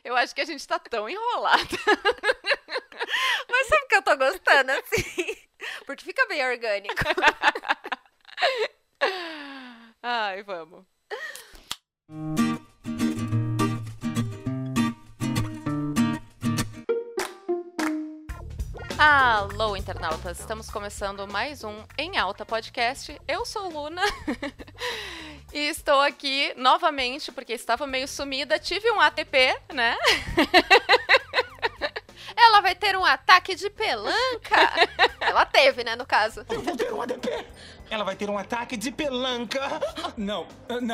Eu acho que a gente tá tão enrolada. Mas sabe que eu tô gostando, assim? Porque fica bem orgânico. Ai, vamos. Alô, internautas! Estamos começando mais um Em Alta Podcast. Eu sou Luna e estou aqui novamente porque estava meio sumida. Tive um ATP, né? Ela vai ter um ataque de pelanca. Ela teve, né, no caso. Eu vou ter um ADP. Ela vai ter um ataque de pelanca. Não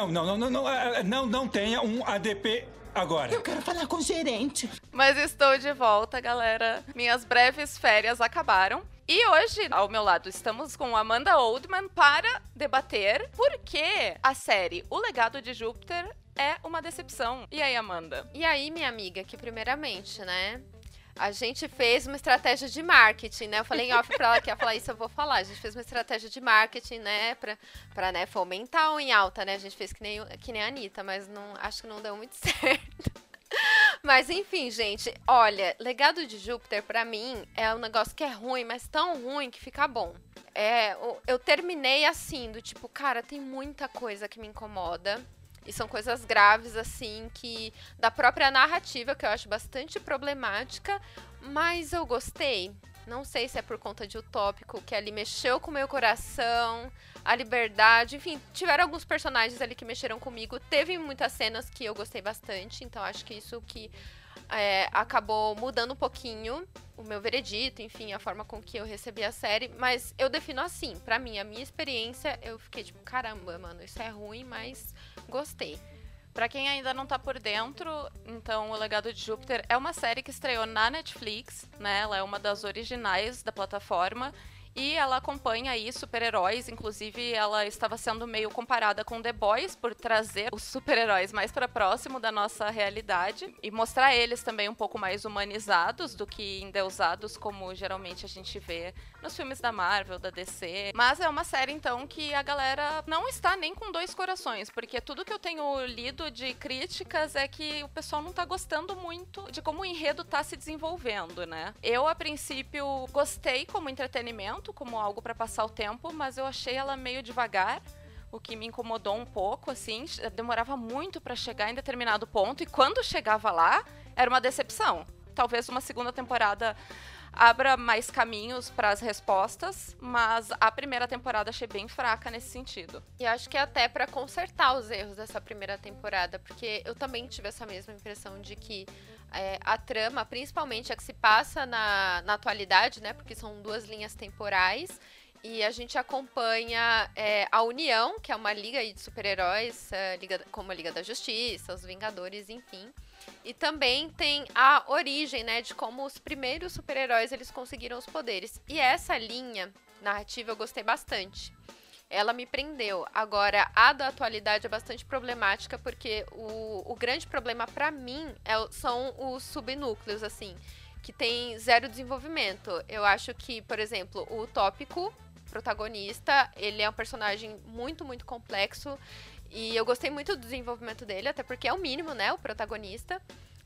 tenha um ADP agora. Eu quero falar com o gerente. Mas estou de volta, galera. Minhas breves férias acabaram. E hoje, ao meu lado, estamos com Amanda Oldman para debater por que a série O Legado de Júpiter é uma decepção. E aí, Amanda? E aí, minha amiga, que primeiramente, né, a gente fez uma estratégia de marketing, né? Eu falei em off pra ela que ia falar isso, eu vou falar. A gente fez uma estratégia de marketing, né? Pra né, fomentar o Em Alta, né? A gente fez que nem a Anitta, mas não, acho que não deu muito certo. Mas enfim, gente, olha, Legado de Júpiter, pra mim, é um negócio que é ruim, mas tão ruim que fica bom. Eu terminei assim, do tipo, cara, tem muita coisa que me incomoda. E são coisas graves, assim, que da própria narrativa, que eu acho bastante problemática, mas eu gostei. Não sei se é por conta de Utópico, que ali mexeu com o meu coração, a liberdade, enfim, tiveram alguns personagens ali que mexeram comigo. Teve muitas cenas que eu gostei bastante, então acho que isso que acabou mudando um pouquinho o meu veredito, enfim, a forma com que eu recebi a série, mas eu defino assim, pra mim, a minha experiência, eu fiquei tipo, caramba, mano, isso é ruim, mas gostei. Pra quem ainda não tá por dentro, então, O Legado de Júpiter é uma série que estreou na Netflix, né? Ela é uma das originais da plataforma. E ela acompanha aí super-heróis, inclusive ela estava sendo meio comparada com The Boys por trazer os super-heróis mais para próximo da nossa realidade e mostrar eles também um pouco mais humanizados do que endeusados, como geralmente a gente vê nos filmes da Marvel, da DC. Mas é uma série, então, que a galera não está nem com dois corações, porque tudo que eu tenho lido de críticas é que o pessoal não tá gostando muito de como o enredo tá se desenvolvendo, né? Eu, a princípio, gostei como entretenimento, como algo para passar o tempo, mas eu achei ela meio devagar, o que me incomodou um pouco, assim, demorava muito para chegar em determinado ponto, e quando chegava lá, era uma decepção. Talvez uma segunda temporada abra mais caminhos para as respostas, mas a primeira temporada achei bem fraca nesse sentido. E acho que até para consertar os erros dessa primeira temporada, porque eu também tive essa mesma impressão de que a trama, principalmente a que se passa na atualidade, né? Porque são duas linhas temporais. E a gente acompanha a União, que é uma liga de super-heróis, como a Liga da Justiça, os Vingadores, enfim. E também tem a origem, né? De como os primeiros super-heróis eles conseguiram os poderes. E essa linha narrativa eu gostei bastante. Ela me prendeu. Agora, a da atualidade é bastante problemática, porque o grande problema pra mim são os subnúcleos, assim, que tem zero desenvolvimento. Eu acho que, por exemplo, o Utópico, protagonista, ele é um personagem muito, muito complexo, e eu gostei muito do desenvolvimento dele, até porque é o mínimo, né, o protagonista.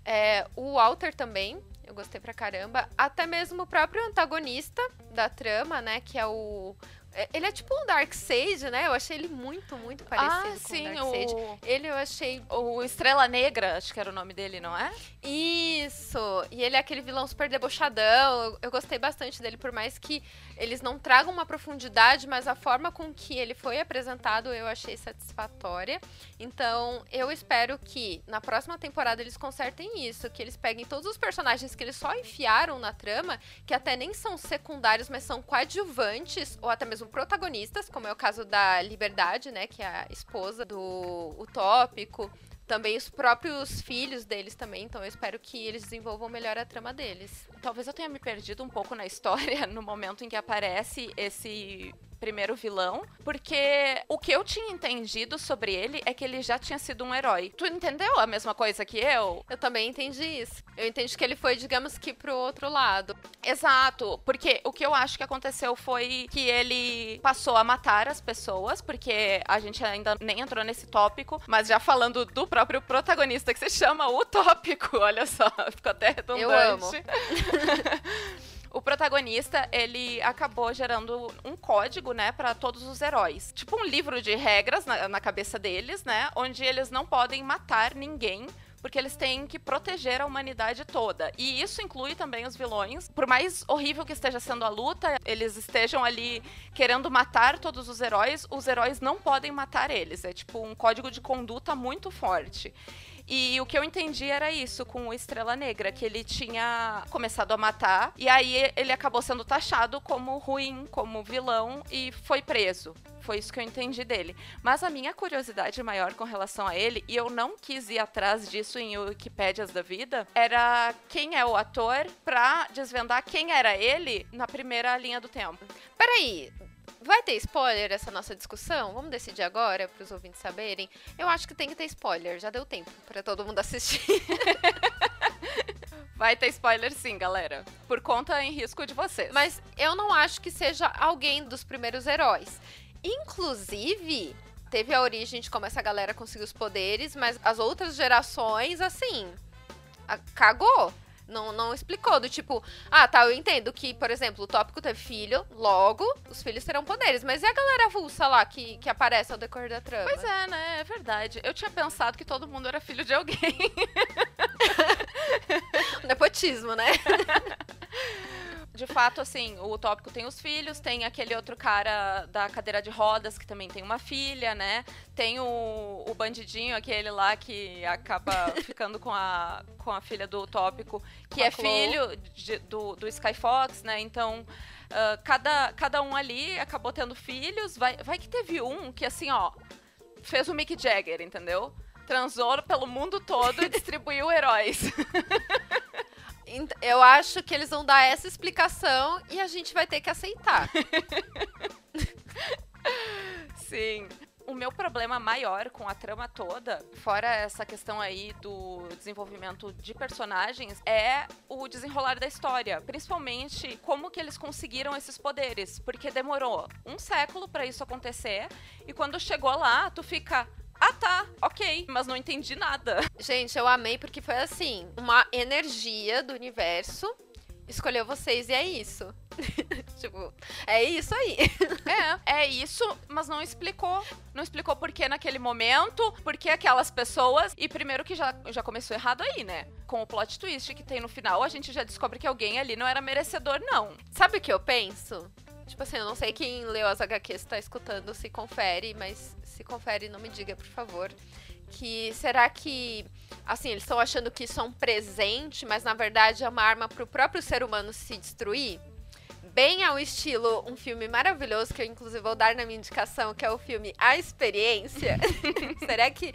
O Walter também, eu gostei pra caramba. Até mesmo o próprio antagonista da trama, né, que é o... Ele é tipo um Darkseid, né? Eu achei ele muito, muito parecido com o Darkseid. Ele eu achei... O Estrela Negra, acho que era o nome dele, não é? Isso! E ele é aquele vilão super debochadão. Eu gostei bastante dele, por mais que eles não tragam uma profundidade, mas a forma com que ele foi apresentado eu achei satisfatória. Então, eu espero que na próxima temporada eles consertem isso, que eles peguem todos os personagens que eles só enfiaram na trama, que até nem são secundários, mas são coadjuvantes, ou até mesmo protagonistas, como é o caso da Liberdade, né, que é a esposa do Utópico. Também os próprios filhos deles também, então eu espero que eles desenvolvam melhor a trama deles. Talvez eu tenha me perdido um pouco na história no momento em que aparece esse primeiro vilão, porque o que eu tinha entendido sobre ele é que ele já tinha sido um herói. Tu entendeu a mesma coisa que eu? Eu também entendi isso. Eu entendi que ele foi, digamos que, pro outro lado. Exato, porque o que eu acho que aconteceu foi que ele passou a matar as pessoas, porque a gente ainda nem entrou nesse tópico, mas já falando do próprio protagonista, que se chama o tópico, olha só, ficou até redundante. Eu amo. O protagonista, ele acabou gerando um código, né, pra todos os heróis. Tipo um livro de regras na cabeça deles, né, onde eles não podem matar ninguém, porque eles têm que proteger a humanidade toda. E isso inclui também os vilões. Por mais horrível que esteja sendo a luta, eles estejam ali querendo matar todos os heróis não podem matar eles. É tipo um código de conduta muito forte. E o que eu entendi era isso com o Estrela Negra, que ele tinha começado a matar, e aí ele acabou sendo taxado como ruim, como vilão, e foi preso. Foi isso que eu entendi dele. Mas a minha curiosidade maior com relação a ele, e eu não quis ir atrás disso em Wikipédias da vida, era quem é o ator pra desvendar quem era ele na primeira linha do tempo. Peraí, vai ter spoiler essa nossa discussão? Vamos decidir agora, pros ouvintes saberem? Eu acho que tem que ter spoiler, já deu tempo pra todo mundo assistir. Vai ter spoiler sim, galera. Por conta em risco de vocês. Mas eu não acho que seja alguém dos primeiros heróis. Inclusive, teve a origem de como essa galera conseguiu os poderes, mas as outras gerações, assim, cagou. Não explicou, do tipo, tá, eu entendo que, por exemplo, o Tópico teve filho, logo, os filhos terão poderes, mas e a galera avulsa lá que aparece ao decorrer da trama? Pois é, né, é verdade. Eu tinha pensado que todo mundo era filho de alguém. Nepotismo, né? De fato, assim, o Tópico tem os filhos, tem aquele outro cara da cadeira de rodas que também tem uma filha, né? Tem o bandidinho, aquele lá que acaba ficando com a filha do Tópico, que é filho do Skyfox, né? Então, cada um ali acabou tendo filhos. Vai que teve um que, assim, ó, fez o Mick Jagger, entendeu? Transou pelo mundo todo e distribuiu heróis. Eu acho que eles vão dar essa explicação e a gente vai ter que aceitar. Sim. O meu problema maior com a trama toda, fora essa questão aí do desenvolvimento de personagens, é o desenrolar da história. Principalmente como que eles conseguiram esses poderes. Porque demorou um século pra isso acontecer. E quando chegou lá, tu fica... tá, ok, mas não entendi nada. Gente, eu amei porque foi assim, uma energia do universo escolheu vocês e é isso. Tipo, é isso aí. É isso, mas não explicou. Não explicou por que naquele momento, por que aquelas pessoas. E primeiro que já começou errado aí, né? Com o plot twist que tem no final, a gente já descobre que alguém ali não era merecedor, não. Sabe o que eu penso? Tipo assim, eu não sei quem leu as HQs tá escutando, se confere, mas se confere, não me diga, por favor. Que será que, assim, eles estão achando que isso é um presente, mas na verdade é uma arma pro próprio ser humano se destruir? Bem ao estilo, um filme maravilhoso, que eu inclusive vou dar na minha indicação, que é o filme A Experiência. Será que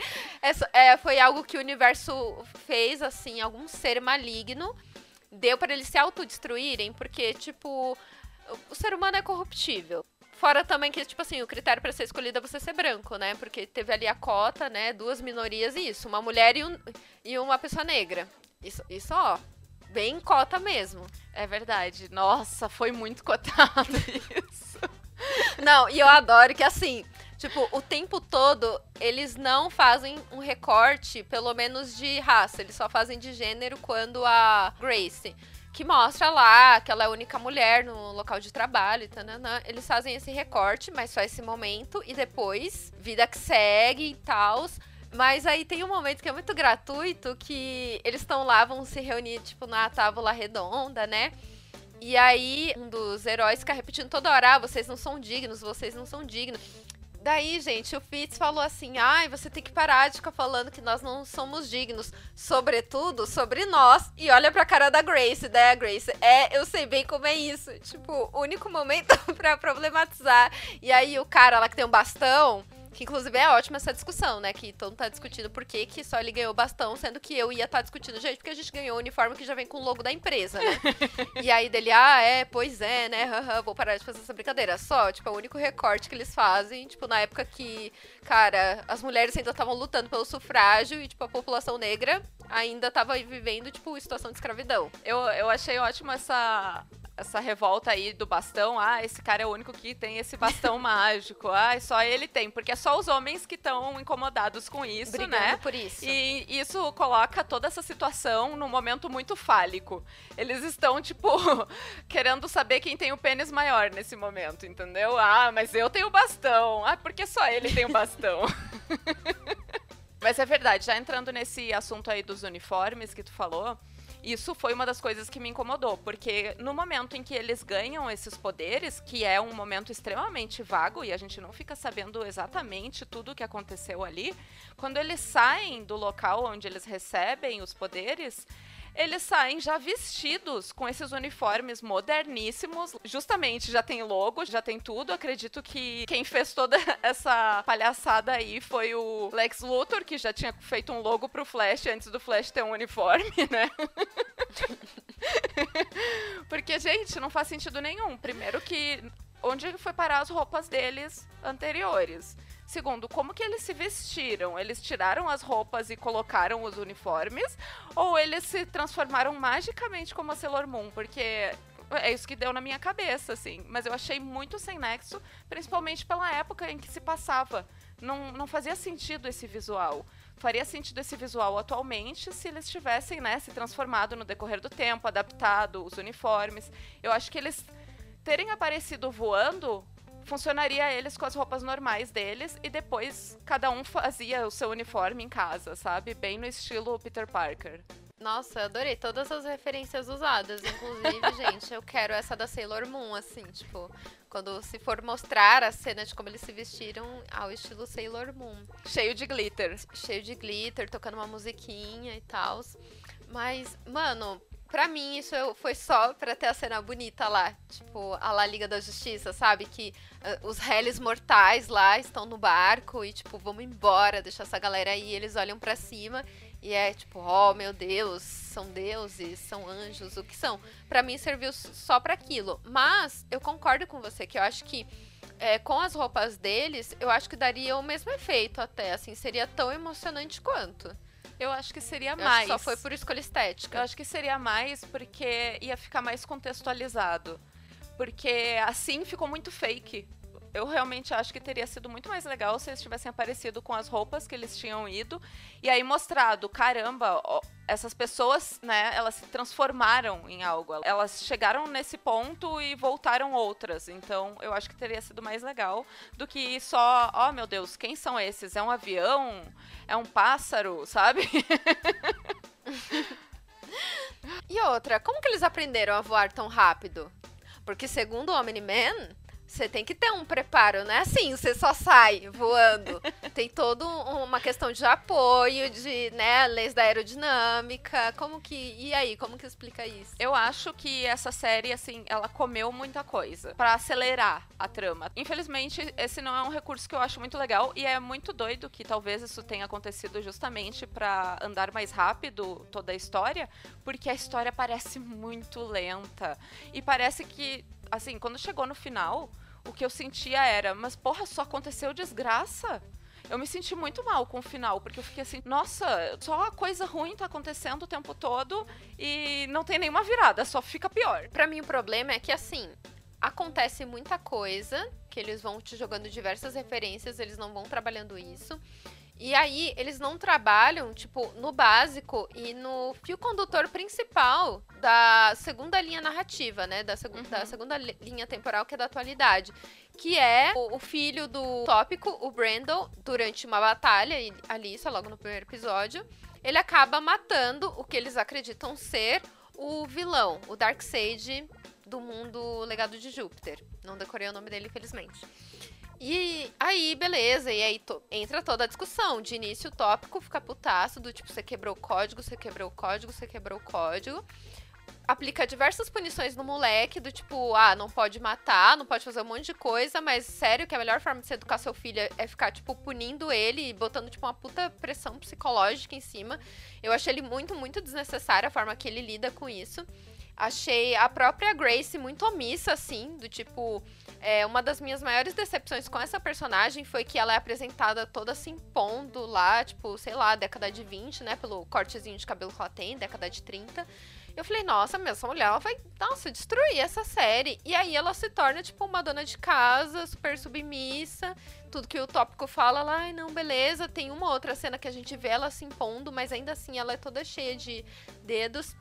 foi algo que o universo fez, assim, algum ser maligno, deu pra eles se autodestruírem? Porque, tipo... o ser humano é corruptível. Fora também que, tipo assim, o critério pra ser escolhido é você ser branco, né? Porque teve ali a cota, né? 2 minorias e isso. Uma mulher e uma pessoa negra. Isso, ó, bem cota mesmo. É verdade. Nossa, foi muito cotado isso. Não, e eu adoro que, assim, tipo, o tempo todo eles não fazem um recorte, pelo menos de raça. Eles só fazem de gênero quando a Grace... que mostra lá que ela é a única mulher no local de trabalho e tananã. Eles fazem esse recorte, mas só esse momento. E depois, vida que segue e tal. Mas aí tem um momento que é muito gratuito, que eles estão lá, vão se reunir, tipo, na tábua redonda, né? E aí, um dos heróis fica repetindo toda hora, vocês não são dignos, vocês não são dignos. Daí, gente, o Fitz falou assim, você tem que parar de ficar falando que nós não somos dignos, sobretudo sobre nós. E olha pra cara da Grace, né, Grace? Eu sei bem como é isso. Tipo, o único momento pra problematizar. E aí o cara lá que tem um bastão, Que inclusive é ótima essa discussão, né? Que todo mundo tá discutindo por que só ele ganhou o bastão, sendo que eu ia estar discutindo, gente, porque a gente ganhou o uniforme que já vem com o logo da empresa, né? E aí dele, pois é, né? Vou parar de fazer essa brincadeira. Só, tipo, é o único recorte que eles fazem, tipo, na época que, cara, as mulheres ainda estavam lutando pelo sufrágio e, tipo, a população negra ainda tava vivendo, tipo, situação de escravidão. Eu achei ótimo essa revolta aí do bastão. Esse cara é o único que tem esse bastão mágico. Só ele tem. Porque é só os homens que estão incomodados com isso, brigando, né? por isso. E isso coloca toda essa situação num momento muito fálico. Eles estão, tipo, querendo saber quem tem o pênis maior nesse momento, entendeu? Mas eu tenho bastão. Porque só ele tem o bastão. Mas é verdade, já entrando nesse assunto aí dos uniformes que tu falou, isso foi uma das coisas que me incomodou, porque no momento em que eles ganham esses poderes, que é um momento extremamente vago e a gente não fica sabendo exatamente tudo o que aconteceu ali, quando eles saem do local onde eles recebem os poderes, eles saem já vestidos com esses uniformes moderníssimos. Justamente, já tem logo, já tem tudo. Acredito que quem fez toda essa palhaçada aí foi o Lex Luthor, que já tinha feito um logo pro Flash antes do Flash ter um uniforme, né? Porque, gente, não faz sentido nenhum. Primeiro que onde foi parar as roupas deles anteriores? Segundo, como que eles se vestiram? Eles tiraram as roupas e colocaram os uniformes? Ou eles se transformaram magicamente como a Sailor Moon? Porque é isso que deu na minha cabeça, assim. Mas eu achei muito sem nexo, principalmente pela época em que se passava. Não fazia sentido esse visual. Faria sentido esse visual atualmente se eles tivessem, né, se transformado no decorrer do tempo, adaptado os uniformes. Eu acho que eles terem aparecido voando funcionaria eles com as roupas normais deles e depois cada um fazia o seu uniforme em casa, sabe? Bem no estilo Peter Parker. Nossa, eu adorei todas as referências usadas. Inclusive, gente, eu quero essa da Sailor Moon, assim, tipo, quando se for mostrar a cena de como eles se vestiram ao estilo Sailor Moon. Cheio de glitter. Cheio de glitter, tocando uma musiquinha e tal. Mas, mano, pra mim, isso foi só pra ter a cena bonita lá. Tipo, a lá Liga da Justiça, sabe? Que os réis mortais lá estão no barco e, tipo, vamos embora, deixar essa galera aí. Eles olham pra cima e é tipo, oh, meu Deus, são deuses, são anjos, o que são? Pra mim, serviu só pra aquilo. Mas, eu concordo com você, que eu acho que com as roupas deles, eu acho que daria o mesmo efeito até, assim, seria tão emocionante quanto. Eu acho que seria Acho mais. que só foi por escolha estética. Eu acho que seria mais porque ia ficar mais contextualizado. Porque assim ficou muito fake. Eu realmente acho que teria sido muito mais legal se eles tivessem aparecido com as roupas que eles tinham ido. E aí mostrado, caramba, ó, essas pessoas, né, elas se transformaram em algo. Elas chegaram nesse ponto e voltaram outras. Então, eu acho que teria sido mais legal do que só, oh meu Deus, quem são esses? É um avião? É um pássaro, sabe? E outra, como que eles aprenderam a voar tão rápido? Porque segundo o Omni-Man, você tem que ter um preparo, não é assim, você só sai voando. Tem toda uma questão de apoio, de, né, leis da aerodinâmica, e aí, como que explica isso? Eu acho que essa série, assim, ela comeu muita coisa pra acelerar a trama. Infelizmente, esse não é um recurso que eu acho muito legal e é muito doido que talvez isso tenha acontecido justamente pra andar mais rápido toda a história, porque a história parece muito lenta. E parece que, assim, quando chegou no final, o que eu sentia era, mas porra, só aconteceu desgraça? Eu me senti muito mal com o final, porque eu fiquei assim, nossa, só coisa ruim tá acontecendo o tempo todo e não tem nenhuma virada, só fica pior. Pra mim o problema é que, assim, acontece muita coisa, que eles vão te jogando diversas referências, eles não vão trabalhando isso. E aí, eles não trabalham, tipo, no básico e no fio condutor principal da segunda linha narrativa, né? Da segunda linha temporal, que é da atualidade. Que é o filho do Tópico, o Brandon, durante uma batalha, ali, isso é logo no primeiro episódio, ele acaba matando o que eles acreditam ser o vilão, o Darkseid do mundo Legado de Júpiter. Não decorei o nome dele, infelizmente. E aí, beleza, e aí entra toda a discussão. De início, o Tópico fica putaço, do tipo, você quebrou o código, você quebrou o código, você quebrou o código. aplica diversas punições no moleque, do tipo, não pode matar, não pode fazer um monte de coisa, mas sério que a melhor forma de você educar seu filho é ficar, tipo, punindo ele e botando, tipo, uma puta pressão psicológica em cima. Eu achei ele muito, muito desnecessário a forma que ele lida com isso. Achei a própria Grace muito omissa, assim, do tipo... uma das minhas maiores decepções com essa personagem foi que ela é apresentada toda se impondo lá, tipo, sei lá, década de 20, né? Pelo cortezinho de cabelo que ela tem, década de 30. Eu falei, nossa, essa mulher, ela vai, nossa, destruir essa série. E aí ela se torna, tipo, uma dona de casa, super submissa. Tudo que o tópico fala, ela, ai, não, beleza. Tem uma outra cena que a gente vê ela se impondo, mas ainda assim ela é toda cheia de dedos.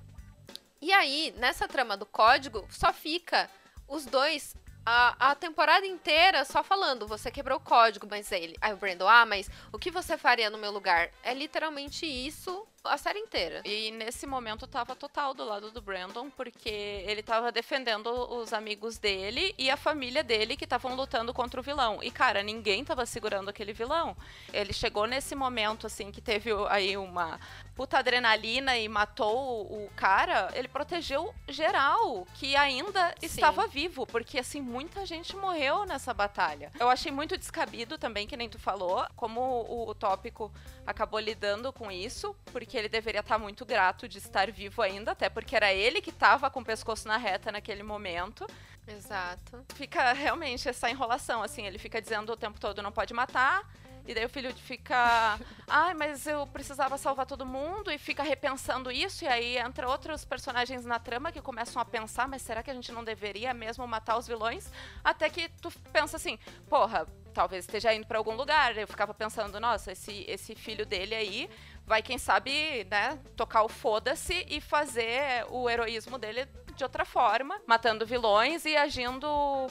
E aí, nessa trama do código, só fica os dois a temporada inteira só falando, você quebrou o código, mas ele... Aí o Brandon, mas o que você faria no meu lugar? É literalmente isso a série inteira. E nesse momento tava total do lado do Brandon, porque ele tava defendendo os amigos dele e a família dele que estavam lutando contra o vilão. E, cara, ninguém tava segurando aquele vilão. Ele chegou nesse momento, assim, que teve aí uma puta adrenalina e matou o cara, ele protegeu geral, que ainda estava vivo, porque, assim, muita gente morreu nessa batalha. Eu achei muito descabido também, que nem tu falou, como o tópico acabou lidando com isso, porque ele deveria estar muito grato de estar vivo ainda, até porque era ele que estava com o pescoço na reta naquele momento. Exato. Fica realmente essa enrolação, assim, ele fica dizendo o tempo todo não pode matar, e daí o filho fica, mas eu precisava salvar todo mundo, e fica repensando isso, e aí entra outros personagens na trama que começam a pensar, mas será que a gente não deveria mesmo matar os vilões? Até que tu pensa assim, porra, talvez esteja indo pra algum lugar. Eu ficava pensando, nossa, esse filho dele aí vai, quem sabe, né, tocar o foda-se e fazer o heroísmo dele de outra forma, matando vilões e agindo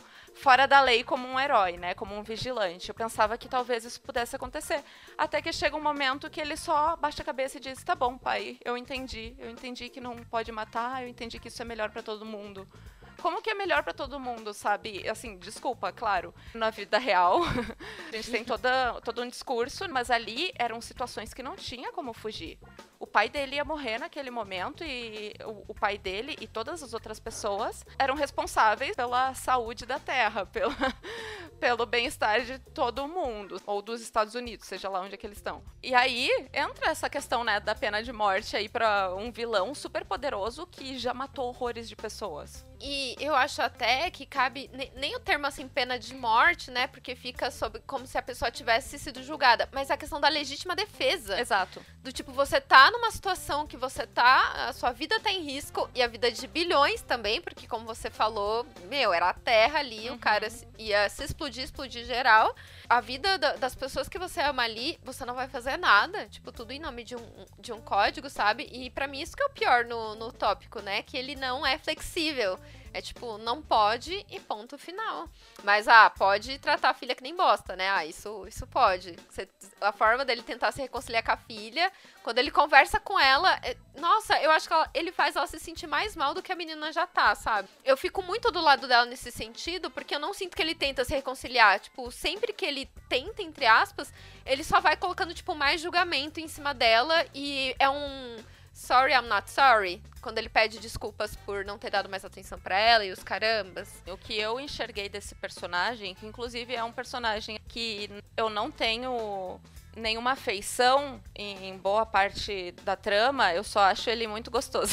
fora da lei como um herói, né, como um vigilante. Eu pensava que talvez isso pudesse acontecer. Até que chega um momento que ele só baixa a cabeça e diz, tá bom, pai, eu entendi que não pode matar, eu entendi que isso é melhor pra todo mundo. Como que é melhor pra todo mundo, sabe? Assim, desculpa, claro, na vida real a gente tem todo um discurso, mas ali eram situações que não tinha como fugir. O pai dele ia morrer naquele momento e o pai dele e todas as outras pessoas eram responsáveis pela saúde da Terra, pelo bem-estar de todo mundo, ou dos Estados Unidos, seja lá onde é que eles estão. E aí entra essa questão, né, da pena de morte aí pra um vilão super poderoso que já matou horrores de pessoas. E eu acho até que cabe, nem o termo assim, pena de morte, né, porque fica como se a pessoa tivesse sido julgada, mas a questão da legítima defesa. Exato. Do tipo, você tá numa situação que a sua vida tá em risco, e a vida de bilhões também, porque como você falou, era a Terra ali, o cara ia se explodir geral. A vida das pessoas que você ama ali, você não vai fazer nada, tipo, tudo em nome de um código, sabe? E pra mim isso que é o pior no tópico, né, que ele não é flexível. É tipo, não pode e ponto final. Mas, pode tratar a filha que nem bosta, né? Isso pode. A forma dele tentar se reconciliar com a filha, quando ele conversa com ela, nossa, eu acho que ele faz ela se sentir mais mal do que a menina já tá, sabe? Eu fico muito do lado dela nesse sentido, porque eu não sinto que ele tenta se reconciliar. Tipo, sempre que ele tenta, entre aspas, ele só vai colocando, tipo, mais julgamento em cima dela e é um... Sorry, I'm not sorry. Quando ele pede desculpas por não ter dado mais atenção pra ela e os carambas. O que eu enxerguei desse personagem, que inclusive é um personagem que eu não tenho nenhuma afeição em boa parte da trama, eu só acho ele muito gostoso.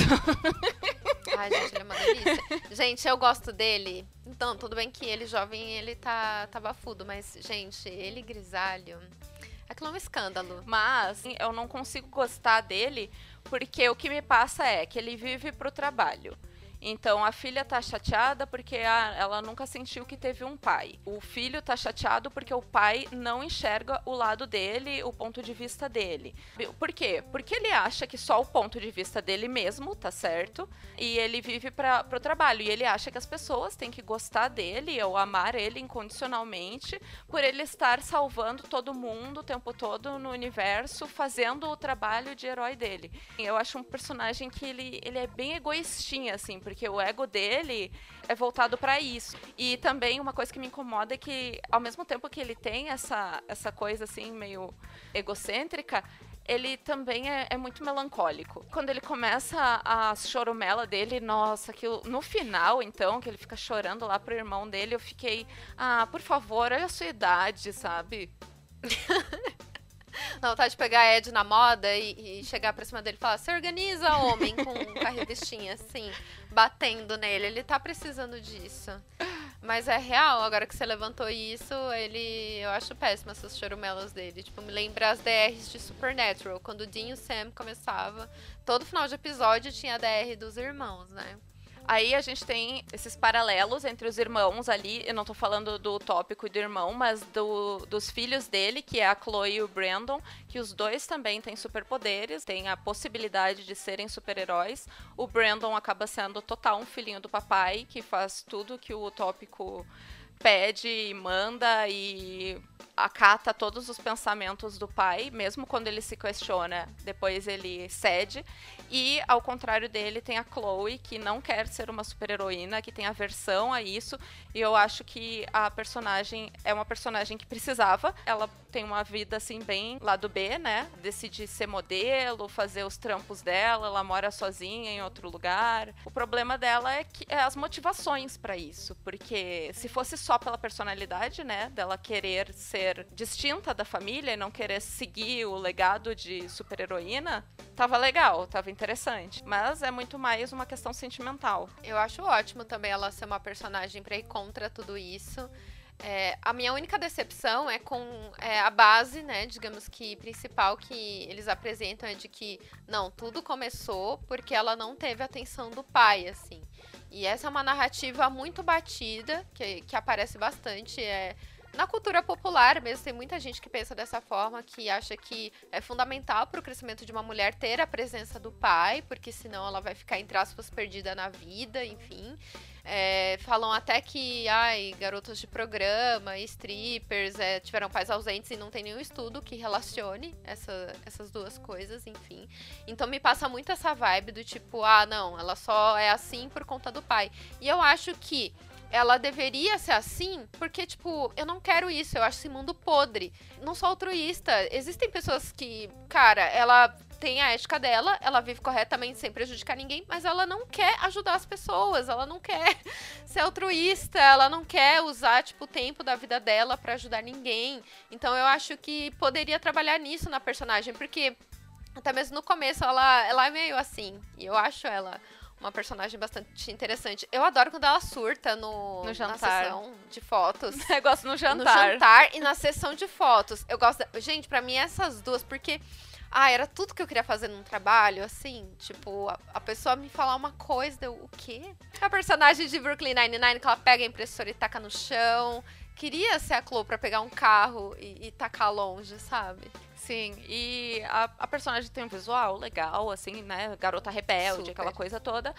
Ai, gente, ele é uma delícia. Gente, eu gosto dele. Então, tudo bem que ele jovem, ele tá bafudo, mas, gente, ele grisalho... Aquilo é um escândalo. Mas eu não consigo gostar dele porque o que me passa é que ele vive pro trabalho. Então a filha tá chateada porque ela nunca sentiu que teve um pai. O filho tá chateado porque o pai não enxerga o lado dele, o ponto de vista dele. Por quê? Porque ele acha que só o ponto de vista dele mesmo tá certo e ele vive pro trabalho. E ele acha que as pessoas têm que gostar dele ou amar ele incondicionalmente por ele estar salvando todo mundo o tempo todo no universo, fazendo o trabalho de herói dele. Eu acho um personagem que ele é bem egoístinha, assim, porque o ego dele é voltado pra isso. E também uma coisa que me incomoda é que, ao mesmo tempo que ele tem essa coisa, assim, meio egocêntrica, ele também é muito melancólico. Quando ele começa a chorumela dele, nossa, aquilo, no final, então, que ele fica chorando lá pro irmão dele, eu fiquei, por favor, olha a sua idade, sabe? Não, vontade de pegar Ed na moda e chegar pra cima dele e falar: se organiza, homem, com a revistinha, assim, batendo nele. Ele tá precisando disso. Mas é real, agora que você levantou isso, eu acho péssimo essas chorumelas dele. Tipo, me lembra as DRs de Supernatural, quando o Dean e o Sam começava. Todo final de episódio tinha a DR dos irmãos, né? Aí a gente tem esses paralelos entre os irmãos ali. Eu não tô falando do tópico do irmão, mas dos filhos dele, que é a Chloe e o Brandon, que os dois também têm superpoderes, têm a possibilidade de serem super-heróis. O Brandon acaba sendo total um filhinho do papai, que faz tudo que o tópico pede e manda e acata todos os pensamentos do pai, mesmo quando ele se questiona, depois ele cede. E, ao contrário dele, tem a Chloe, que não quer ser uma super-heroína, que tem aversão a isso. E eu acho que a personagem é uma personagem que precisava. Ela tem uma vida, assim, bem lado B, né? Decide ser modelo, fazer os trampos dela, ela mora sozinha em outro lugar. O problema dela é as motivações pra isso, porque se fosse só pela personalidade, né, dela querer ser distinta da família e não querer seguir o legado de super-heroína, tava legal, tava interessante. Mas é muito mais uma questão sentimental. Eu acho ótimo também ela ser uma personagem pra ir contra tudo isso. A minha única decepção é com a base, né, digamos que principal que eles apresentam é de que, não, tudo começou porque ela não teve a atenção do pai, assim. E essa é uma narrativa muito batida, que aparece bastante, na cultura popular mesmo, tem muita gente que pensa dessa forma, que acha que é fundamental para o crescimento de uma mulher ter a presença do pai, porque senão ela vai ficar, entre aspas, perdida na vida, enfim. Falam até que garotas de programa, strippers, tiveram pais ausentes e não tem nenhum estudo que relacione essas duas coisas, enfim. Então me passa muito essa vibe do tipo, não, ela só é assim por conta do pai. E eu acho que ela deveria ser assim, porque, tipo, eu não quero isso, eu acho esse mundo podre. Não sou altruísta. Existem pessoas que, cara, ela tem a ética dela, ela vive corretamente sem prejudicar ninguém, mas ela não quer ajudar as pessoas, ela não quer ser altruísta, ela não quer usar, tipo, o tempo da vida dela pra ajudar ninguém. Então eu acho que poderia trabalhar nisso na personagem, porque até mesmo no começo ela é meio assim, e eu acho ela uma personagem bastante interessante. Eu adoro quando ela surta no jantar. Na sessão de fotos. Eu gosto no jantar. No jantar e na sessão de fotos. Eu gosto... Gente, pra mim, essas duas, porque... era tudo que eu queria fazer num trabalho, assim, tipo, a pessoa me falar uma coisa, o quê? A personagem de Brooklyn Nine-Nine, que ela pega a impressora e taca no chão. Queria ser a Chloe pra pegar um carro e tacar longe, sabe? Sim, e a personagem tem um visual legal, assim, né? Garota rebelde, Super. Aquela coisa toda.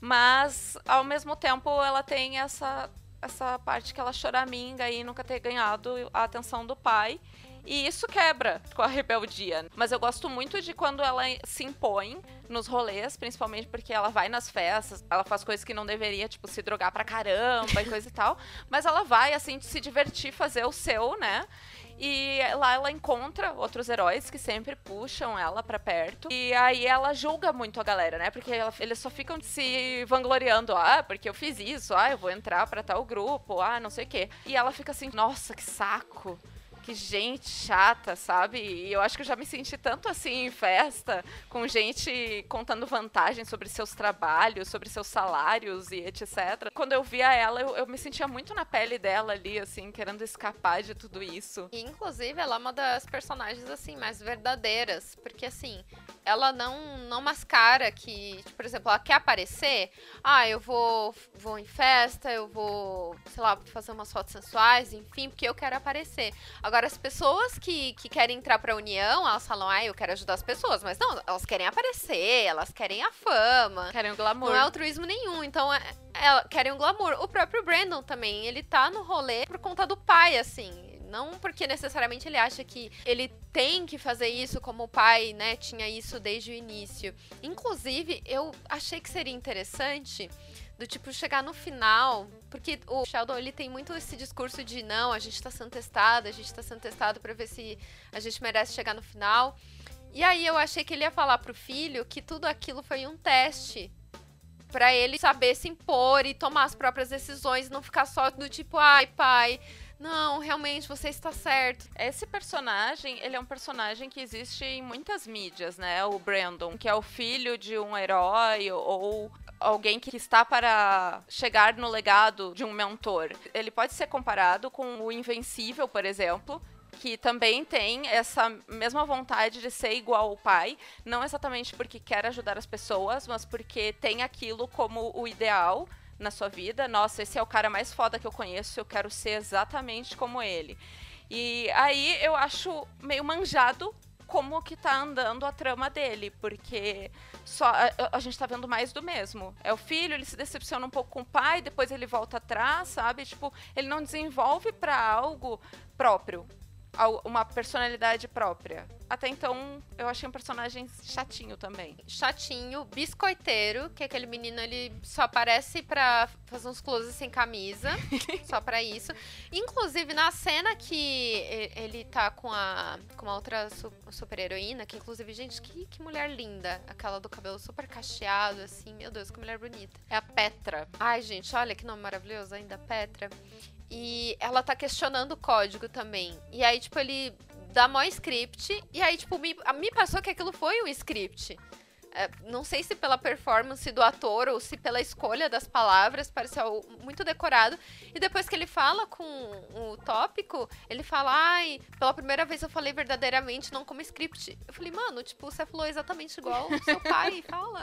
Mas, ao mesmo tempo, ela tem essa parte que ela choraminga e nunca ter ganhado a atenção do pai. E isso quebra com a rebeldia. Mas eu gosto muito de quando ela se impõe nos rolês, principalmente porque ela vai nas festas, ela faz coisas que não deveria, tipo, se drogar pra caramba e coisa e tal. Mas ela vai, assim, se divertir, fazer o seu, né? E lá ela encontra outros heróis que sempre puxam ela pra perto. E aí ela julga muito a galera, né? Porque eles só ficam se vangloriando. Porque eu fiz isso. Eu vou entrar pra tal grupo. Não sei o quê. E ela fica assim, nossa, que saco. Que gente chata, sabe? E eu acho que eu já me senti tanto assim em festa, com gente contando vantagens sobre seus trabalhos, sobre seus salários e etc. Quando eu via ela, eu me sentia muito na pele dela ali, assim, querendo escapar de tudo isso. E, inclusive, ela é uma das personagens, assim, mais verdadeiras. Porque, assim, ela não mascara que, por exemplo, ela quer aparecer. Eu vou em festa, eu vou, sei lá, fazer umas fotos sensuais, enfim, porque eu quero aparecer. Agora, as pessoas que querem entrar pra união, elas falam, eu quero ajudar as pessoas. Mas não, elas querem aparecer, elas querem a fama. Querem o glamour. Não é altruísmo nenhum, então elas querem o glamour. O próprio Brandon também, ele tá no rolê por conta do pai, assim. Não porque necessariamente ele acha que ele tem que fazer isso como o pai, né, tinha isso desde o início. Inclusive, eu achei que seria interessante... do tipo, chegar no final, porque o Sheldon, ele tem muito esse discurso de não, a gente tá sendo testado pra ver se a gente merece chegar no final. E aí eu achei que ele ia falar pro filho que tudo aquilo foi um teste pra ele saber se impor e tomar as próprias decisões, não ficar só do tipo, ai, pai, não, realmente você está certo. Esse personagem, ele é um personagem que existe em muitas mídias, né? O Brandon, que é o filho de um herói ou alguém que está para chegar no legado de um mentor. Ele pode ser comparado com o Invencível, por exemplo, que também tem essa mesma vontade de ser igual ao pai, não exatamente porque quer ajudar as pessoas, mas porque tem aquilo como o ideal na sua vida. Nossa, esse é o cara mais foda que eu conheço, eu quero ser exatamente como ele. E aí eu acho meio manjado como que tá andando a trama dele, porque só a gente tá vendo mais do mesmo. É o filho, ele se decepciona um pouco com o pai, depois ele volta atrás, sabe? Tipo, ele não desenvolve pra algo próprio, uma personalidade própria. Até então, eu achei um personagem chatinho também. Chatinho, biscoiteiro, que aquele menino, ele só aparece pra fazer uns closes sem camisa, só pra isso. Inclusive, na cena que ele tá com uma outra super heroína, que inclusive, gente, que mulher linda. Aquela do cabelo super cacheado, assim, meu Deus, que mulher bonita. É a Petra. Ai, gente, olha que nome maravilhoso ainda, Petra. E ela tá questionando o código também. E aí, tipo, ele dá mó script. E aí, tipo, me passou que aquilo foi um script. Não sei se pela performance do ator ou se pela escolha das palavras, pareceu muito decorado. E depois que ele fala com o tópico, ele fala, ai, pela primeira vez eu falei verdadeiramente, não como script. Eu falei, mano, tipo, você falou exatamente igual o seu pai, fala.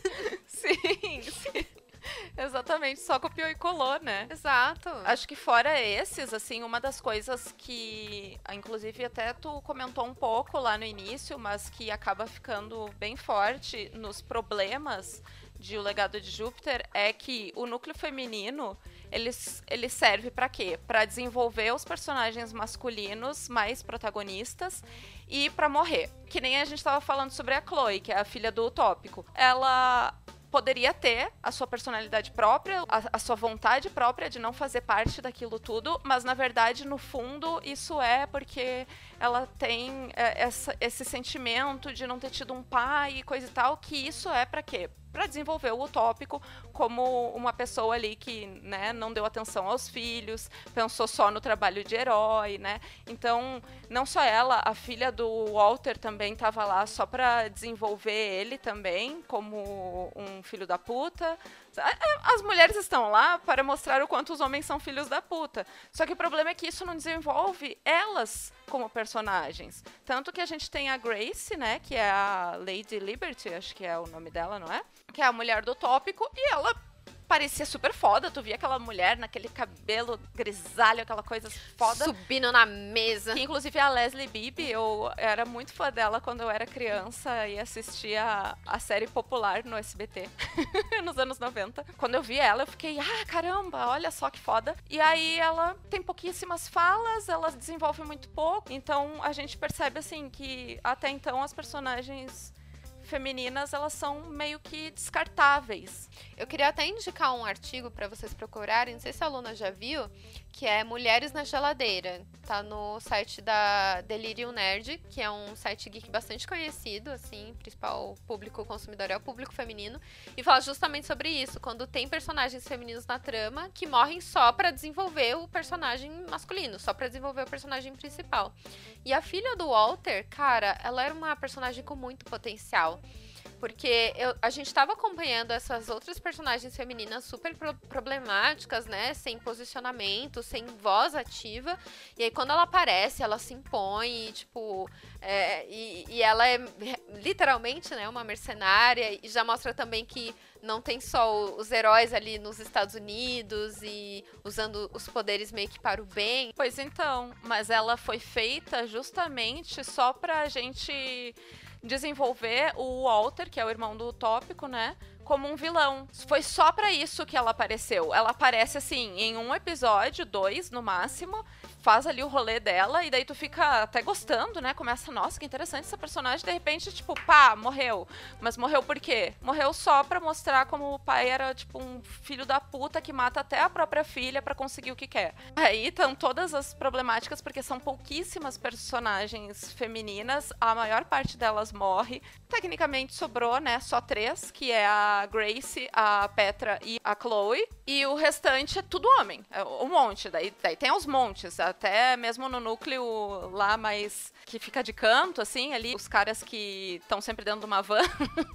Sim, sim. Exatamente, só copiou e colou, né? Exato. Acho que fora esses, assim, uma das coisas que, inclusive até tu comentou um pouco lá no início, mas que acaba ficando bem forte nos problemas de O Legado de Júpiter, é que o núcleo feminino, ele serve pra quê? Pra desenvolver os personagens masculinos mais protagonistas e pra morrer. Que nem a gente tava falando sobre a Chloe, que é a filha do Utópico. Ela poderia ter a sua personalidade própria, a sua vontade própria de não fazer parte daquilo tudo, mas na verdade, no fundo, isso é porque ela tem esse sentimento de não ter tido um pai e coisa e tal, que isso é pra quê? Pra desenvolver o Utópico como uma pessoa ali que, né, não deu atenção aos filhos, pensou só no trabalho de herói, né? Então, não só ela, a filha do Walter também estava lá só pra desenvolver ele também como um filho da puta. As mulheres estão lá para mostrar o quanto os homens são filhos da puta. Só que o problema é que isso não desenvolve elas como personagens. Tanto que a gente tem a Grace, né, que é a Lady Liberty, acho que é o nome dela, não é? Que é a mulher do Tópico, e ela parecia super foda. Tu via aquela mulher naquele cabelo grisalho, aquela coisa foda. Subindo na mesa. Que, inclusive, a Leslie Bibb, eu era muito fã dela quando eu era criança e assistia a série popular no SBT, nos anos 90. Quando eu vi ela, eu fiquei, caramba, olha só que foda. E aí ela tem pouquíssimas falas, ela desenvolve muito pouco. Então, a gente percebe, assim, que até então as personagens femininas, elas são meio que descartáveis. Eu queria até indicar um artigo para vocês procurarem, não sei se a Luna já viu, que é Mulheres na Geladeira. Tá no site da Delirium Nerd, que é um site geek bastante conhecido, assim, o principal público consumidor é o público feminino, e fala justamente sobre isso, quando tem personagens femininos na trama que morrem só pra desenvolver o personagem masculino, só pra desenvolver o personagem principal. E a filha do Walter, cara, ela era uma personagem com muito potencial. Porque a gente tava acompanhando essas outras personagens femininas super problemáticas, né? Sem posicionamento, sem voz ativa. E aí, quando ela aparece, ela se impõe, e, tipo... E ela é literalmente, né, uma mercenária. E já mostra também que não tem só os heróis ali nos Estados Unidos e usando os poderes meio que para o bem. Pois então, mas ela foi feita justamente só pra gente desenvolver o Walter, que é o irmão do Utópico, né? como um vilão. Foi só pra isso que ela apareceu. Ela aparece, assim, em um episódio, 2 no máximo, faz ali o rolê dela, e daí tu fica até gostando, né? Começa, nossa, que interessante essa personagem, de repente, tipo, pá, morreu. Mas morreu por quê? Morreu só pra mostrar como o pai era, tipo, um filho da puta que mata até a própria filha pra conseguir o que quer. Aí estão todas as problemáticas, porque são pouquíssimas personagens femininas, a maior parte delas morre. Tecnicamente sobrou, né, só 3, que é a Grace, a Petra e a Chloe, e o restante é tudo homem, é um monte, daí tem os montes, até mesmo no núcleo lá mais que fica de canto, assim, ali, os caras que estão sempre dentro de uma van.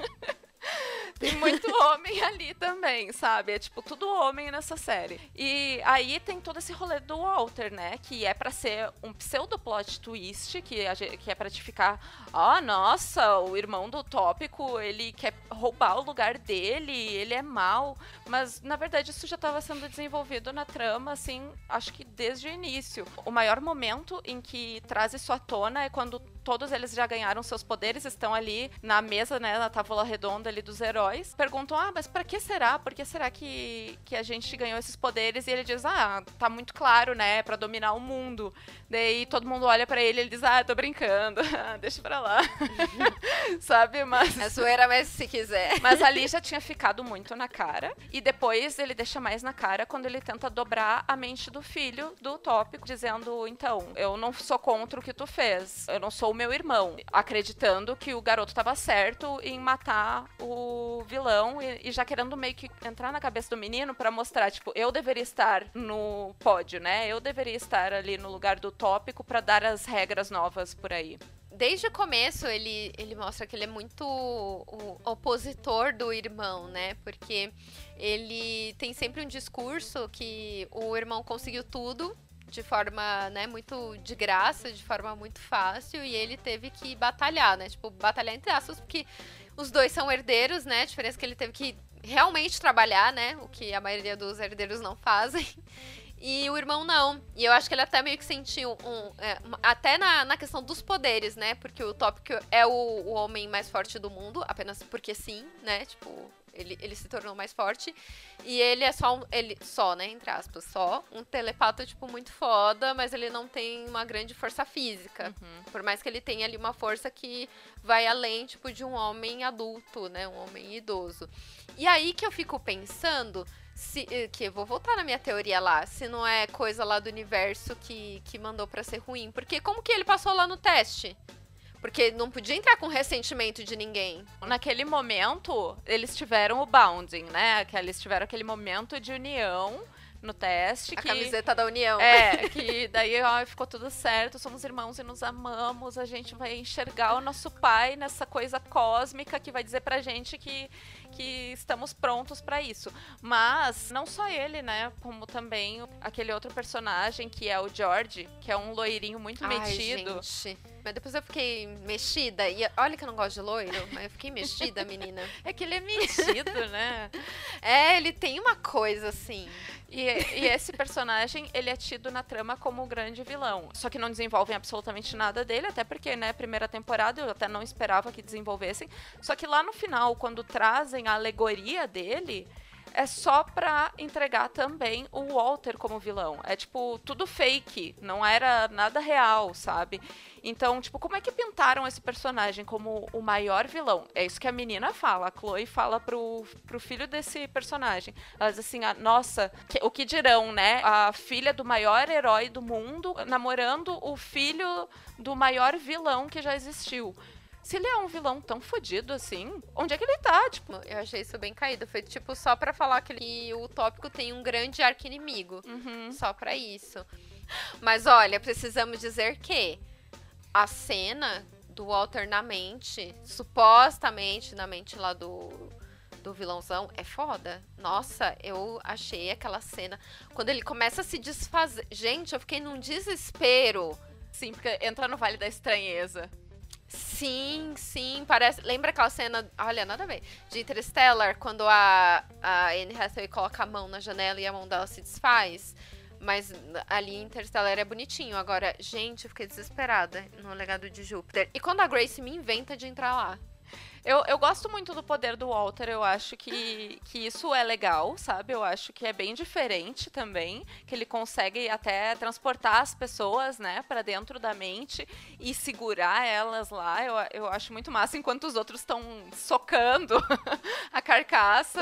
Tem muito homem ali também, sabe? É tipo tudo homem nessa série. E aí tem todo esse rolê do Walter, né? Que é pra ser um pseudo-plot twist, que é pra te ficar, nossa, o irmão do Tópico, ele quer roubar o lugar dele, ele é mau. Mas, na verdade, isso já tava sendo desenvolvido na trama, assim, acho que desde o início. O maior momento em que traz isso à tona é quando todos eles já ganharam seus poderes, estão ali na mesa, né, na tábua redonda ali dos heróis. Perguntam, mas pra que será? Por que será que a gente ganhou esses poderes? E ele diz, tá muito claro, né, pra dominar o mundo. Daí todo mundo olha pra ele e ele diz, tô brincando, deixa pra lá. Sabe, mas... É zoeira, mas se quiser. Mas ali já tinha ficado muito na cara. E depois ele deixa mais na cara quando ele tenta dobrar a mente do filho do Tópico, dizendo, então, eu não sou contra o que tu fez. Eu não sou o meu irmão. Acreditando que o garoto tava certo em matar o vilão e já querendo meio que entrar na cabeça do menino pra mostrar, tipo, eu deveria estar no pódio, né? Eu deveria estar ali no lugar do Tópico pra dar as regras novas por aí. Desde o começo, ele mostra que ele é muito o opositor do irmão, né? Porque ele tem sempre um discurso que o irmão conseguiu tudo de forma, né, muito de graça, de forma muito fácil, e ele teve que batalhar, né? Tipo, batalhar entre aspas, porque os dois são herdeiros, né? A diferença é que ele teve que realmente trabalhar, né? O que a maioria dos herdeiros não fazem. E o irmão não. E eu acho que ele até meio que sentiu até na questão dos poderes, né? Porque o Tópico é o homem mais forte do mundo, apenas porque sim, né? Tipo, ele se tornou mais forte. E ele é só, né? Entre aspas, só um telepata, tipo, muito foda, mas ele não tem uma grande força física. Uhum. Por mais que ele tenha ali uma força que vai além, tipo, de um homem adulto, né? Um homem idoso. E aí que eu fico pensando... que eu vou voltar na minha teoria lá, se não é coisa lá do universo que mandou pra ser ruim. Porque como que ele passou lá no teste? Porque não podia entrar com ressentimento de ninguém. Naquele momento, eles tiveram o bounding, né? Que eles tiveram aquele momento de união no teste. A camiseta da união. Que daí ficou tudo certo, somos irmãos e nos amamos, a gente vai enxergar o nosso pai nessa coisa cósmica que vai dizer pra gente que estamos prontos pra isso. Mas não só ele, né, como também aquele outro personagem que é o George, que é um loirinho muito metido. Gente. Mas depois eu fiquei mexida. E olha que eu não gosto de loiro, mas eu fiquei mexida, menina. É que ele é metido, né? Ele tem uma coisa assim. E esse personagem, ele é tido na trama como o grande vilão. Só que não desenvolvem absolutamente nada dele, até porque, né, primeira temporada eu até não esperava que desenvolvessem. Só que lá no final, quando trazem a alegoria dele... é só pra entregar também o Walter como vilão. É, tipo, tudo fake. Não era nada real, sabe? Então, tipo, como é que pintaram esse personagem como o maior vilão? É isso que a menina fala. A Chloe fala pro filho desse personagem. Ela diz assim, nossa, o que dirão, né? A filha do maior herói do mundo namorando o filho do maior vilão que já existiu. Se ele é um vilão tão fodido assim, onde é que ele tá? Tipo, eu achei isso bem caído. Foi, tipo, só pra falar que o Tópico tem um grande arqui-inimigo. Uhum. Só pra isso. Mas, olha, precisamos dizer que a cena do Walter na mente, supostamente na mente lá do vilãozão, é foda. Nossa, eu achei aquela cena... Quando ele começa a se desfazer... Gente, eu fiquei num desespero. Sim, porque entra no Vale da Estranheza. Sim, parece... Lembra aquela cena, olha, nada a ver, de Interstellar, quando a Anne Hathaway coloca a mão na janela e a mão dela se desfaz? Mas ali em Interstellar é bonitinho. Agora, gente, eu fiquei desesperada no Legado de Júpiter. E quando a Grace me inventa de entrar lá? Eu gosto muito do poder do Walter, eu acho que isso é legal, sabe? Eu acho que é bem diferente também, que ele consegue até transportar as pessoas, né, pra dentro da mente e segurar elas lá. Eu acho muito massa, enquanto os outros estão socando a carcaça.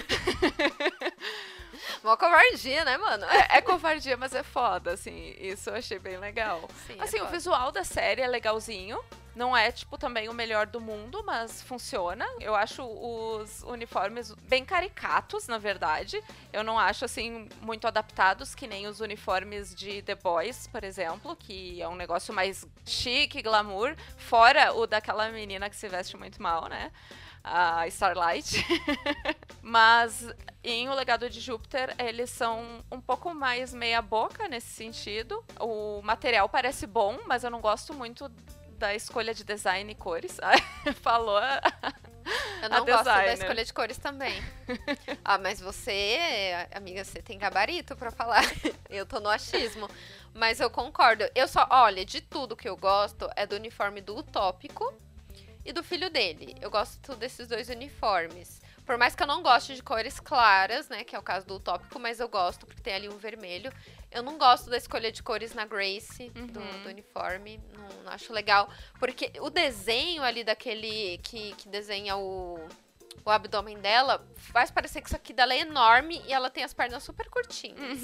Mó covardia, né, mano? É covardia, mas é foda, assim, isso eu achei bem legal. Sim, Assim, o visual da série é legalzinho. Não é, tipo, também o melhor do mundo, mas funciona. Eu acho os uniformes bem caricatos, na verdade. Eu não acho, assim, muito adaptados, que nem os uniformes de The Boys, por exemplo, que é um negócio mais chique, glamour, fora o daquela menina que se veste muito mal, né? A Starlight. Mas em O Legado de Júpiter, eles são um pouco mais meia boca nesse sentido. O material parece bom, mas eu não gosto muito da escolha de design e cores. Falou Eu não gosto da escolha de cores também. Mas você, amiga, você tem gabarito pra falar. Eu tô no achismo. Mas eu concordo. Olha, de tudo que eu gosto é do uniforme do Utópico e do filho dele. Eu gosto desses dois uniformes. Por mais que eu não goste de cores claras, né, que é o caso do Utópico, mas eu gosto porque tem ali um vermelho. Eu não gosto da escolha de cores na Grace, do uniforme. Não acho legal. Porque o desenho ali daquele que desenha o abdômen dela faz parecer que isso aqui dela é enorme e ela tem as pernas super curtinhas.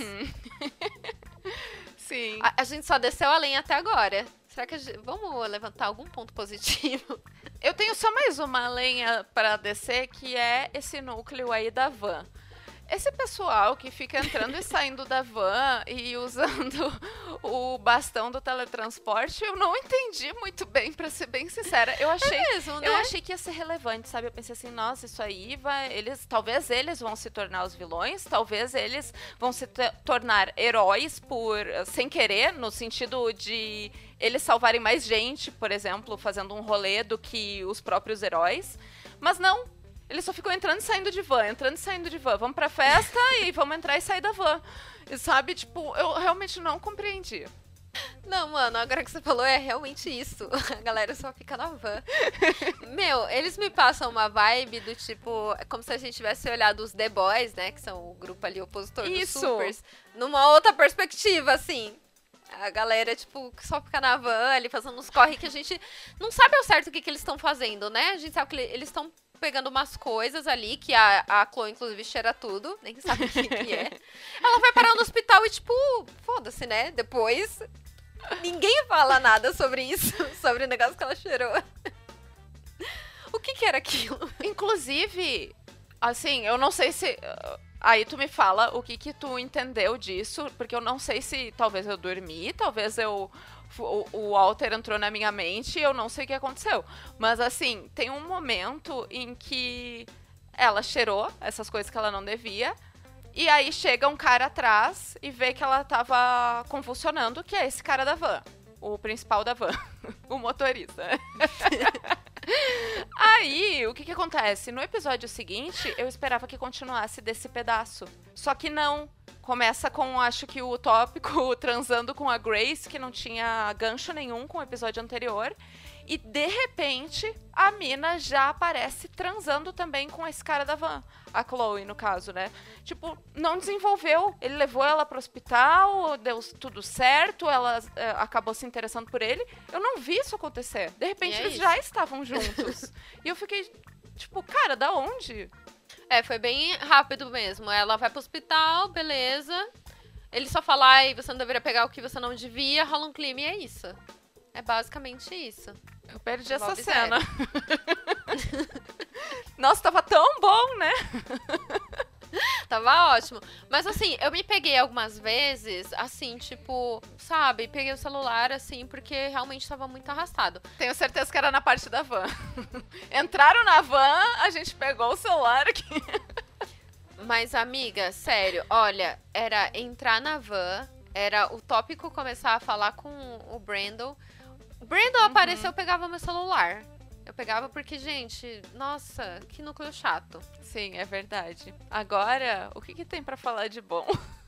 Sim. A gente só desceu a lenha até agora. Será que vamos levantar algum ponto positivo? Eu tenho só mais uma lenha para descer, que é esse núcleo aí da van. Esse pessoal que fica entrando e saindo da van e usando o bastão do teletransporte, eu não entendi muito bem, pra ser bem sincera. Eu achei que ia ser relevante, sabe? Eu pensei assim, nossa, isso aí talvez eles vão se tornar os vilões, talvez eles vão se tornar heróis sem querer, no sentido de eles salvarem mais gente, por exemplo, fazendo um rolê do que os próprios heróis. Mas não. Eles só ficam entrando e saindo de van, entrando e saindo de van. Vamos pra festa e vamos entrar e sair da van. E sabe, tipo, eu realmente não compreendi. Não, mano, agora que você falou é realmente isso. A galera só fica na van. Meu, eles me passam uma vibe do tipo... É como se a gente tivesse olhado os The Boys, né? Que são o grupo ali opositor dos Supers. Numa outra perspectiva, assim. A galera, tipo, que só fica na van ali fazendo uns corre que a gente não sabe ao certo o que eles estão fazendo, né? A gente sabe que eles estão pegando umas coisas ali, que a Chloe, inclusive, cheira tudo, nem sabe o que é. Ela vai parar no hospital e, tipo, foda-se, né? Depois, ninguém fala nada sobre isso, sobre o negócio que ela cheirou. O que era aquilo? Inclusive, assim, eu não sei se... Aí tu me fala o que tu entendeu disso, porque eu não sei se talvez eu dormi, talvez o Walter entrou na minha mente e eu não sei o que aconteceu. Mas assim, tem um momento em que ela cheirou essas coisas que ela não devia, e aí chega um cara atrás e vê que ela tava convulsionando, que é esse cara da van, o principal da van, o motorista. Aí, o que acontece? No episódio seguinte, eu esperava que continuasse desse pedaço. Só que não. Começa com, acho que o Utópico transando com a Grace, que não tinha gancho nenhum com o episódio anterior. E, de repente, a mina já aparece transando também com esse cara da van. A Chloe, no caso, né? Tipo, não desenvolveu. Ele levou ela pro hospital, deu tudo certo, ela acabou se interessando por ele. Eu não vi isso acontecer. De repente, eles já estavam juntos. E eu fiquei, tipo, cara, da onde? Foi bem rápido mesmo. Ela vai pro hospital, beleza. Ele só fala, ai, você não deveria pegar o que você não devia, rola um clima e é isso. É basicamente isso. Eu perdi essa cena. Nossa, tava tão bom, né? Tava ótimo. Mas assim, eu me peguei algumas vezes, assim, tipo, sabe? Peguei o celular, assim, porque realmente tava muito arrastado. Tenho certeza que era na parte da van. Entraram na van, a gente pegou o celular aqui. Mas, amiga, sério, olha, era entrar na van, era o Tópico começar a falar com o Brandon. O Brandon apareceu, eu pegava meu celular. Eu pegava porque, gente, nossa, que núcleo chato. Sim, é verdade. Agora, o que tem pra falar de bom?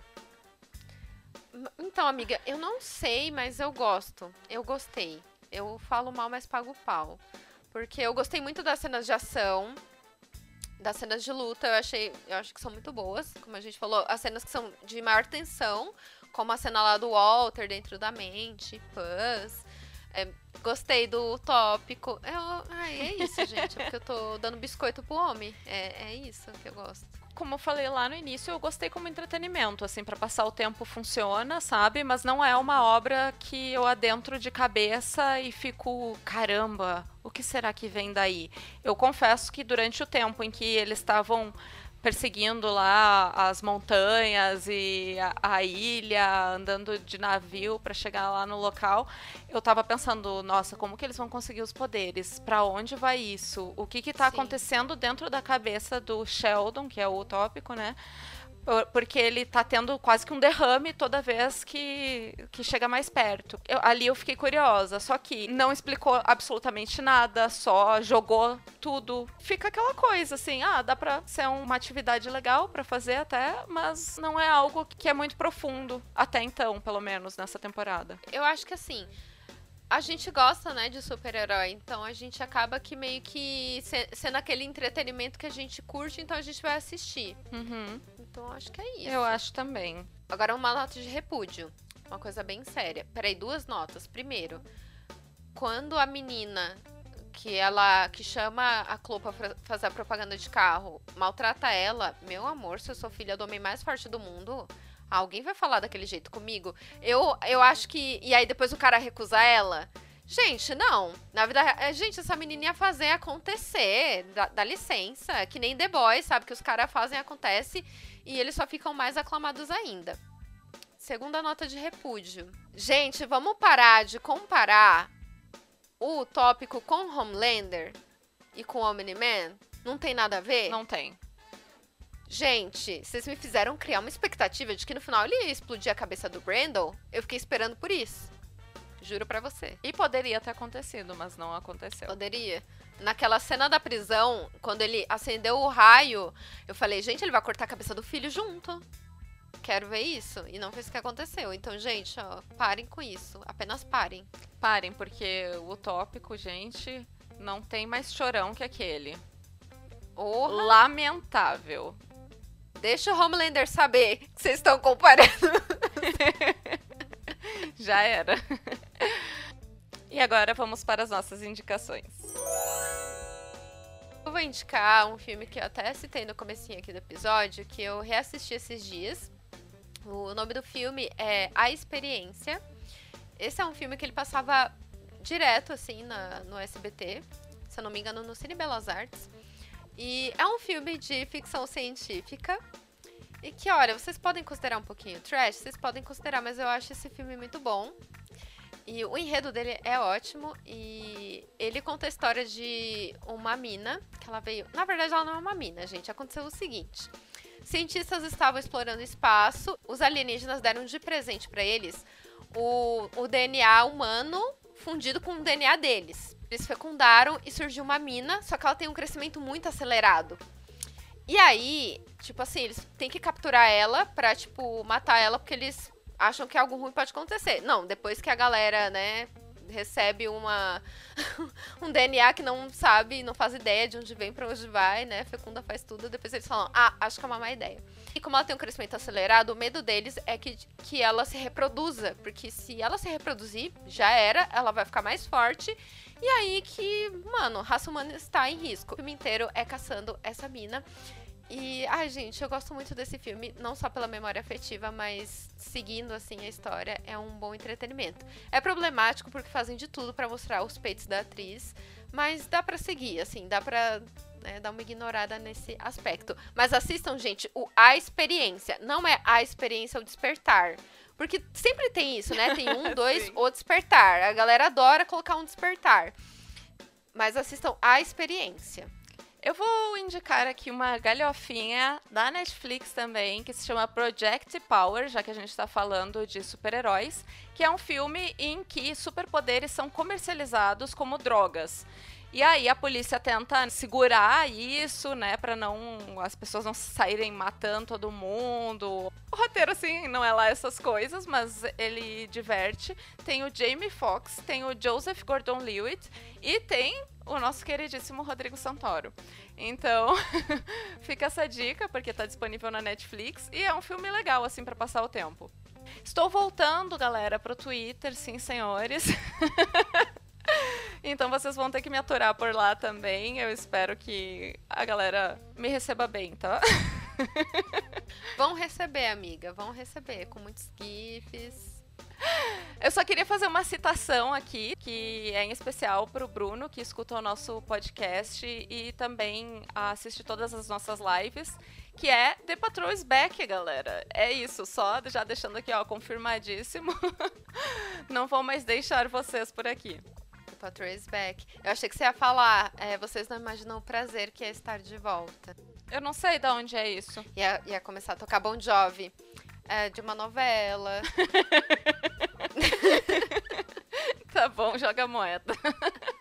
Então, amiga, eu não sei, mas eu gosto. Eu gostei. Eu falo mal, mas pago pau. porque eu gostei muito das cenas de ação, das cenas de luta, eu acho que são muito boas, como a gente falou, as cenas que são de maior tensão, como a cena lá do Walter dentro da mente, Paz. Gostei do tópico. É isso, gente. É porque eu tô dando biscoito pro homem. É isso que eu gosto. Como eu falei lá no início, eu gostei como entretenimento, assim, pra passar o tempo funciona, sabe? Mas não é uma obra que eu adentro de cabeça e fico, caramba, o que será que vem daí? Eu confesso que durante o tempo em que eles estavam perseguindo lá as montanhas e a ilha, andando de navio para chegar lá no local, eu tava pensando, nossa, como que eles vão conseguir os poderes? Para onde vai isso? O que tá acontecendo dentro da cabeça do Sheldon, que é o tópico, né? Porque ele tá tendo quase que um derrame toda vez que chega mais perto. Ali eu fiquei curiosa, só que não explicou absolutamente nada, só jogou tudo. Fica aquela coisa assim, dá pra ser uma atividade legal pra fazer até, mas não é algo que é muito profundo, até então, pelo menos, nessa temporada. Eu acho que assim, a gente gosta, né, de super-herói, então a gente acaba que meio que sendo aquele entretenimento que a gente curte, então a gente vai assistir. Uhum. Então acho que é isso. Eu acho também. Agora uma nota de repúdio, uma coisa bem séria. Peraí, 2 notas. Primeiro, quando a menina que chama a Chloe pra fazer a propaganda de carro, maltrata ela, meu amor, se eu sou filha do homem mais forte do mundo, alguém vai falar daquele jeito comigo? Eu acho que... E aí depois o cara recusa ela? Gente, não. Na vida... Gente, essa menina ia fazer acontecer. Dá licença. Que nem The Boys, sabe? Que os caras fazem acontece e eles só ficam mais aclamados ainda. Segunda nota de repúdio. Gente, vamos parar de comparar o tópico com Homelander e com Omni-Man? Não tem nada a ver? Não tem. Gente, vocês me fizeram criar uma expectativa de que no final ele ia explodir a cabeça do Brandon. Eu fiquei esperando por isso. Juro pra você. E poderia ter acontecido, mas não aconteceu. Poderia. Naquela cena da prisão, quando ele acendeu o raio, eu falei, gente, ele vai cortar a cabeça do filho junto. Quero ver isso. E não foi isso que aconteceu. Então, gente, parem com isso. Apenas parem. Parem, porque o tópico, gente, não tem mais chorão que aquele. Lamentável. Deixa o Homelander saber que vocês estão comparando. Já era. E agora vamos para as nossas indicações. Eu vou indicar um filme que eu até citei no comecinho aqui do episódio, que eu reassisti esses dias. O nome do filme é A Experiência. Esse é um filme que ele passava direto, assim, no SBT. Se eu não me engano, no Cine Belas Artes. E é um filme de ficção científica. E que, olha, vocês podem considerar um pouquinho trash, vocês podem considerar, mas eu acho esse filme muito bom. E o enredo dele é ótimo. E ele conta a história de uma mina, que ela veio... Na verdade, ela não é uma mina, gente. Aconteceu o seguinte. Cientistas estavam explorando o espaço. Os alienígenas deram de presente pra eles o DNA humano fundido com o DNA deles. Eles fecundaram e surgiu uma mina, só que ela tem um crescimento muito acelerado. E aí, tipo assim, eles têm que capturar ela pra, tipo, matar ela porque eles acham que algo ruim pode acontecer. Não, depois que a galera, né, recebe um DNA que não sabe, não faz ideia de onde vem, pra onde vai, né, fecunda, faz tudo, depois eles falam, acho que é uma má ideia. E como ela tem um crescimento acelerado, o medo deles é que ela se reproduza, porque se ela se reproduzir, já era, ela vai ficar mais forte, e aí que, mano, a raça humana está em risco. O filme inteiro é caçando essa mina. E, ai, gente, eu gosto muito desse filme, não só pela memória afetiva, mas seguindo, assim, a história, é um bom entretenimento. É problemático porque fazem de tudo pra mostrar os peitos da atriz, mas dá pra seguir, assim, dá pra, né, dar uma ignorada nesse aspecto. Mas assistam, gente, A Experiência, não é A Experiência o Despertar. Porque sempre tem isso, né? Tem 1, 2, o Despertar. A galera adora colocar um Despertar. Mas assistam A Experiência. Eu vou indicar aqui uma galhofinha da Netflix também, que se chama Project Power, já que a gente está falando de super-heróis, que é um filme em que superpoderes são comercializados como drogas. E aí a polícia tenta segurar isso, né, pra as pessoas não saírem matando todo mundo. O roteiro, assim, não é lá essas coisas, mas ele diverte. Tem o Jamie Foxx, tem o Joseph Gordon-Levitt e tem o nosso queridíssimo Rodrigo Santoro. Então, fica essa dica, porque tá disponível na Netflix e é um filme legal, assim, pra passar o tempo. Estou voltando, galera, pro Twitter, sim, senhores. Então vocês vão ter que me aturar por lá também. Eu espero que a galera me receba bem, tá? Vão receber, amiga. Vão receber, com muitos gifs. Eu só queria fazer uma citação aqui, que é em especial pro Bruno, que escuta o nosso podcast e também assiste todas as nossas lives, que é The Patrol is Back, galera. É isso, só já deixando aqui, ó, confirmadíssimo. Não vou mais deixar vocês por aqui. The Patrol is Back. Eu achei que você ia falar, vocês não imaginam o prazer que é estar de volta. Eu não sei de onde é isso. Ia começar a tocar Bon Jovi. De uma novela. Tá bom, joga a moeda.